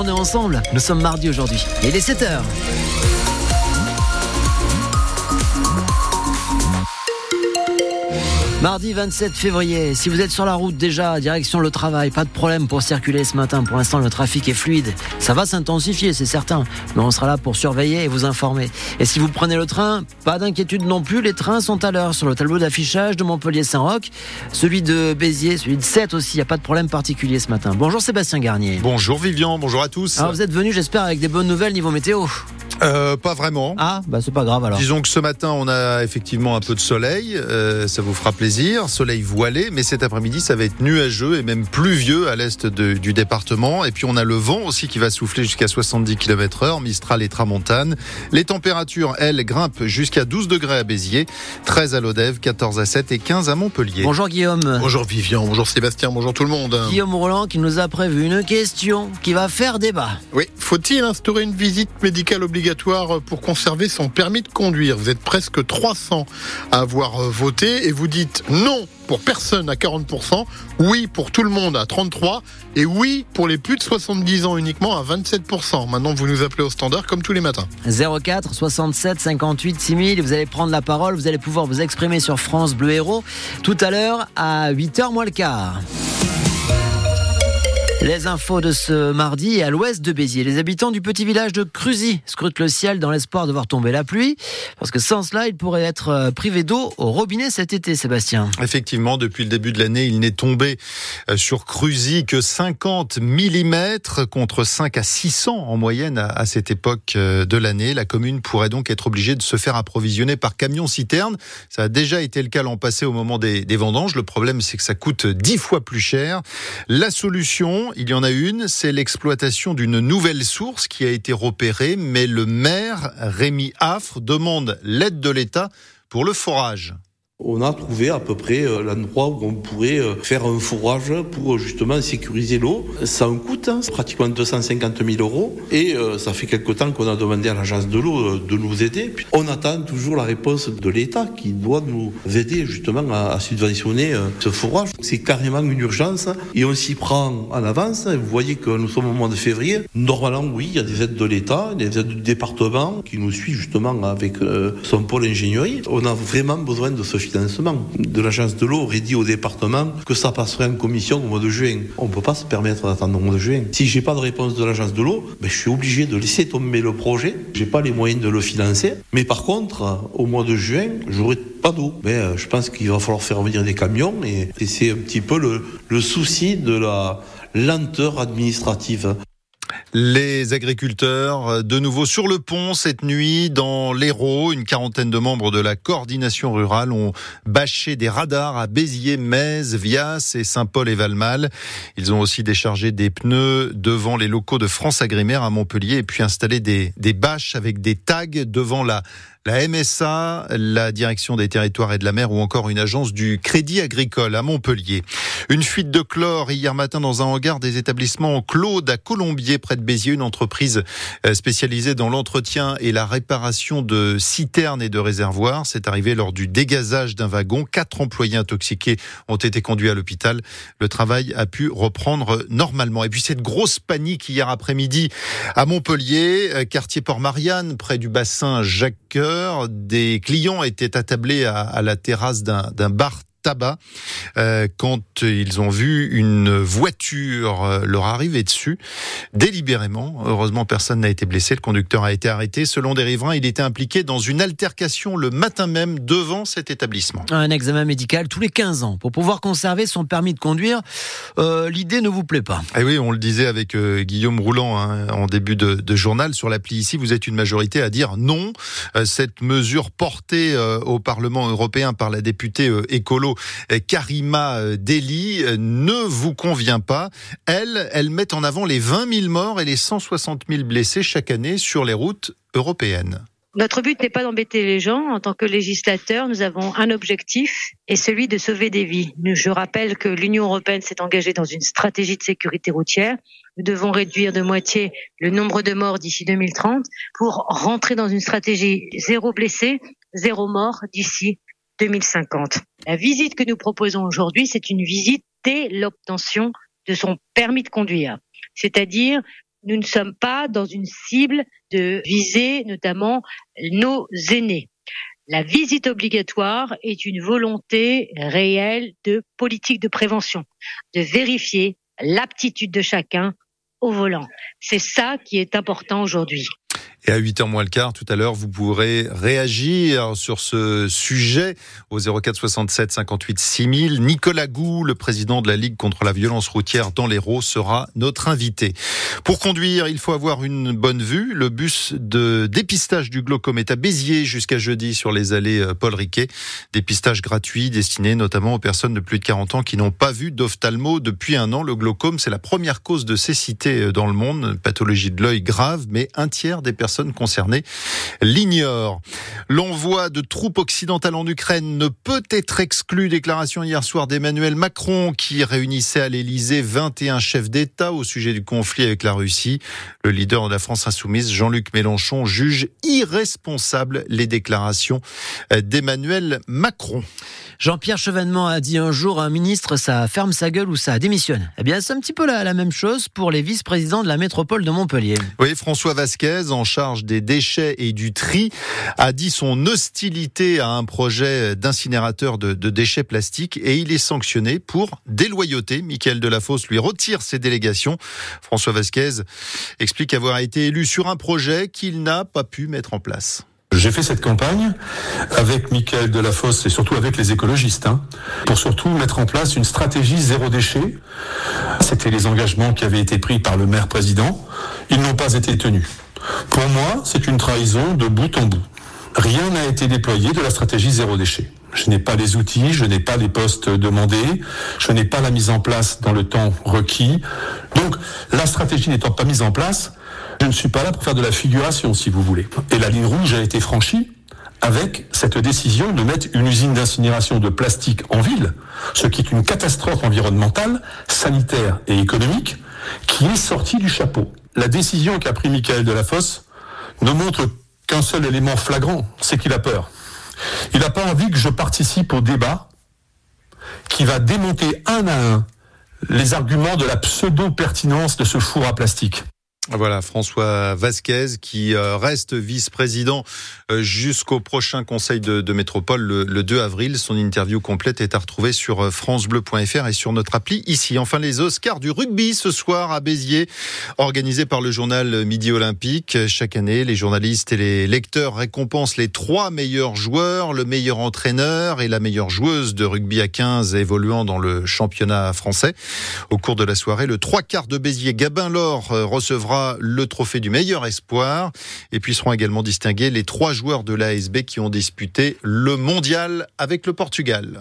journée ensemble. Nous sommes mardi aujourd'hui. Et il est 7h. Mardi 27 février, si vous êtes sur la route déjà, direction le travail, pas de problème pour circuler ce matin. Pour l'instant, le trafic est fluide. Ça va s'intensifier, c'est certain. Mais on sera là pour surveiller et vous informer. Et si vous prenez le train, pas d'inquiétude non plus. Les trains sont à l'heure sur le tableau d'affichage de Montpellier-Saint-Roch. Celui de Béziers, celui de Sète aussi. Il n'y a pas de problème particulier ce matin. Bonjour Sébastien Garnier. Bonjour Vivian, bonjour à tous. Alors vous êtes venu, j'espère, avec des bonnes nouvelles niveau météo. Pas vraiment. Ah, bah c'est pas grave alors. Disons que ce matin, on a effectivement un peu de soleil. Ça vous fera plaisir. Soleil voilé, mais cet après-midi, ça va être nuageux et même pluvieux à l'est du département. Et puis, on a le vent aussi qui va souffler jusqu'à 70 km/h, Mistral et Tramontane. Les températures, elles, grimpent jusqu'à 12 degrés à Béziers, 13 à Lodève, 14 à Sète et 15 à Montpellier. Bonjour Guillaume. Bonjour Vivian, bonjour Sébastien, bonjour tout le monde. Guillaume Roland qui nous a prévu une question qui va faire débat. Oui, faut-il instaurer une visite médicale obligatoire pour conserver son permis de conduire? Vous êtes presque 300 à avoir voté et vous dites non pour personne à 40%, oui pour tout le monde à 33% et oui pour les plus de 70 ans uniquement à 27%. Maintenant, vous nous appelez au standard comme tous les matins. 04 67 58 6000, vous allez prendre la parole, vous allez pouvoir vous exprimer sur France Bleu Héros tout à l'heure à 8h moins le quart. Les infos de ce mardi à l'ouest de Béziers. Les habitants du petit village de Cruzy scrutent le ciel dans l'espoir de voir tomber la pluie. Parce que sans cela, ils pourraient être privés d'eau au robinet cet été, Sébastien. Effectivement, depuis le début de l'année, il n'est tombé sur Cruzy que 50 mm contre 5 à 600 en moyenne à cette époque de l'année. La commune pourrait donc être obligée de se faire approvisionner par camion-citerne. Ça a déjà été le cas l'an passé au moment des vendanges. Le problème, c'est que ça coûte 10 fois plus cher. La solution, il y en a une, c'est l'exploitation d'une nouvelle source qui a été repérée, mais le maire, Rémi Affre, demande l'aide de l'État pour le forage. On a trouvé à peu près l'endroit où on pourrait faire un forage pour justement sécuriser l'eau. Ça a un coût, c'est pratiquement 250 000 €. Et ça fait quelque temps qu'on a demandé à l'agence de l'eau de nous aider. Puis on attend toujours la réponse de l'État qui doit nous aider justement à subventionner ce forage. C'est carrément une urgence et on s'y prend en avance. Vous voyez que nous sommes au mois de février. Normalement, oui, il y a des aides de l'État, des aides du département qui nous suit justement avec son pôle ingénierie. On a vraiment besoin de ce financement de l'agence de l'eau aurait dit au département que ça passerait en commission au mois de juin. On ne peut pas se permettre d'attendre au mois de juin. Si j'ai pas de réponse de l'agence de l'eau, je suis obligé de laisser tomber le projet. J'ai pas les moyens de le financer. Mais par contre, au mois de juin, j'aurai pas d'eau. Mais je pense qu'il va falloir faire venir des camions et c'est un petit peu le souci de la lenteur administrative. Les agriculteurs, de nouveau sur le pont cette nuit dans l'Hérault. Une quarantaine de membres de la coordination rurale ont bâché des radars à Béziers, Metz, Vias et Saint-Paul et Valmal. Ils ont aussi déchargé des pneus devant les locaux de France Agrimaire à Montpellier et puis installé des bâches avec des tags devant la MSA, la direction des territoires et de la mer ou encore une agence du Crédit Agricole à Montpellier. Une fuite de chlore hier matin dans un hangar des établissements Claude à Colombier près de Béziers, une entreprise spécialisée dans l'entretien et la réparation de citernes et de réservoirs. C'est arrivé lors du dégazage d'un wagon. 4 employés intoxiqués ont été conduits à l'hôpital. Le travail a pu reprendre normalement. Et puis cette grosse panique hier après-midi à Montpellier, quartier Port-Marianne, près du bassin Jacques-Cœur. Des clients étaient attablés à la terrasse d'un bar tabac quand ils ont vu une voiture leur arriver dessus délibérément. Heureusement, personne n'a été blessé. Le conducteur a été arrêté. Selon des riverains, il était impliqué dans une altercation le matin même devant cet établissement. Un examen médical tous les 15 ans pour pouvoir conserver son permis de conduire. L'idée ne vous plaît pas? Eh oui, on le disait avec Guillaume Rouland en début de journal. Sur l'appli ici, vous êtes une majorité à dire non. Cette mesure portée au Parlement européen par la députée écolo Karima Deli ne vous convient pas. Elle met en avant les 20 000 morts et les 160 000 blessés chaque année sur les routes européennes. Notre but n'est pas d'embêter les gens. En tant que législateurs, nous avons un objectif, et celui de sauver des vies. Je rappelle que l'Union européenne s'est engagée dans une stratégie de sécurité routière. Nous devons réduire de moitié le nombre de morts d'ici 2030 pour rentrer dans une stratégie 0 blessé, 0 mort d'ici 2050. La visite que nous proposons aujourd'hui, c'est une visite dès l'obtention de son permis de conduire. C'est-à-dire nous ne sommes pas dans une cible de viser notamment nos aînés. La visite obligatoire est une volonté réelle de politique de prévention, de vérifier l'aptitude de chacun au volant. C'est ça qui est important aujourd'hui. Et à 8h moins le quart, tout à l'heure, vous pourrez réagir sur ce sujet au 04 67 58 6000. Nicolas Gou, le président de la Ligue contre la violence routière dans l'Hérault, sera notre invité. Pour conduire, il faut avoir une bonne vue. Le bus de dépistage du glaucome est à Béziers jusqu'à jeudi sur les allées Paul Riquet. Dépistage gratuit destiné notamment aux personnes de plus de 40 ans qui n'ont pas vu d'ophtalmo depuis un an. Le glaucome, c'est la première cause de cécité dans le monde. Pathologie de l'œil grave, mais un tiers des personnes concernées l'ignorent. L'envoi de troupes occidentales en Ukraine ne peut être exclu. Déclaration hier soir d'Emmanuel Macron qui réunissait à l'Elysée 21 chefs d'État au sujet du conflit avec la Russie. Le leader de la France insoumise, Jean-Luc Mélenchon, juge irresponsable les déclarations d'Emmanuel Macron. Jean-Pierre Chevènement a dit un jour à un ministre, ça ferme sa gueule ou ça démissionne. Eh bien, c'est un petit peu la même chose pour les vice-présidents de la métropole de Montpellier. Oui, François Vasquez, en charge des déchets et du tri, a dit son hostilité à un projet d'incinérateur de déchets plastiques et il est sanctionné pour déloyauté. Mickaël Delafosse lui retire ses délégations. François Vasquez explique avoir été élu sur un projet qu'il n'a pas pu mettre en place. J'ai fait cette campagne avec Mickaël Delafosse et surtout avec les écologistes, pour surtout mettre en place une stratégie zéro déchet. C'était les engagements qui avaient été pris par le maire président. Ils n'ont pas été tenus. Pour moi, c'est une trahison de bout en bout. Rien n'a été déployé de la stratégie zéro déchet. Je n'ai pas les outils, je n'ai pas les postes demandés, je n'ai pas la mise en place dans le temps requis. Donc, la stratégie n'étant pas mise en place, je ne suis pas là pour faire de la figuration, si vous voulez. Et la ligne rouge a été franchie avec cette décision de mettre une usine d'incinération de plastique en ville, ce qui est une catastrophe environnementale, sanitaire et économique, qui est sortie du chapeau. La décision qu'a pris Mickaël Delafosse ne montre qu'un seul élément flagrant, c'est qu'il a peur. Il n'a pas envie que je participe au débat qui va démonter un à un les arguments de la pseudo-pertinence de ce four à plastique. Voilà, François Vasquez qui reste vice-président jusqu'au prochain conseil de métropole le 2 avril. Son interview complète est à retrouver sur francebleu.fr et sur notre appli ici. Enfin, les Oscars du rugby ce soir à Béziers, organisés par le journal Midi Olympique. Chaque année, les journalistes et les lecteurs récompensent les 3 meilleurs joueurs, le meilleur entraîneur et la meilleure joueuse de rugby à 15 évoluant dans le championnat français. Au cours de la soirée, le 3/4 de Béziers, Gabin Laure, recevra le trophée du meilleur espoir. Et puis seront également distingués les 3 joueurs de l'ASB qui ont disputé le mondial avec le Portugal.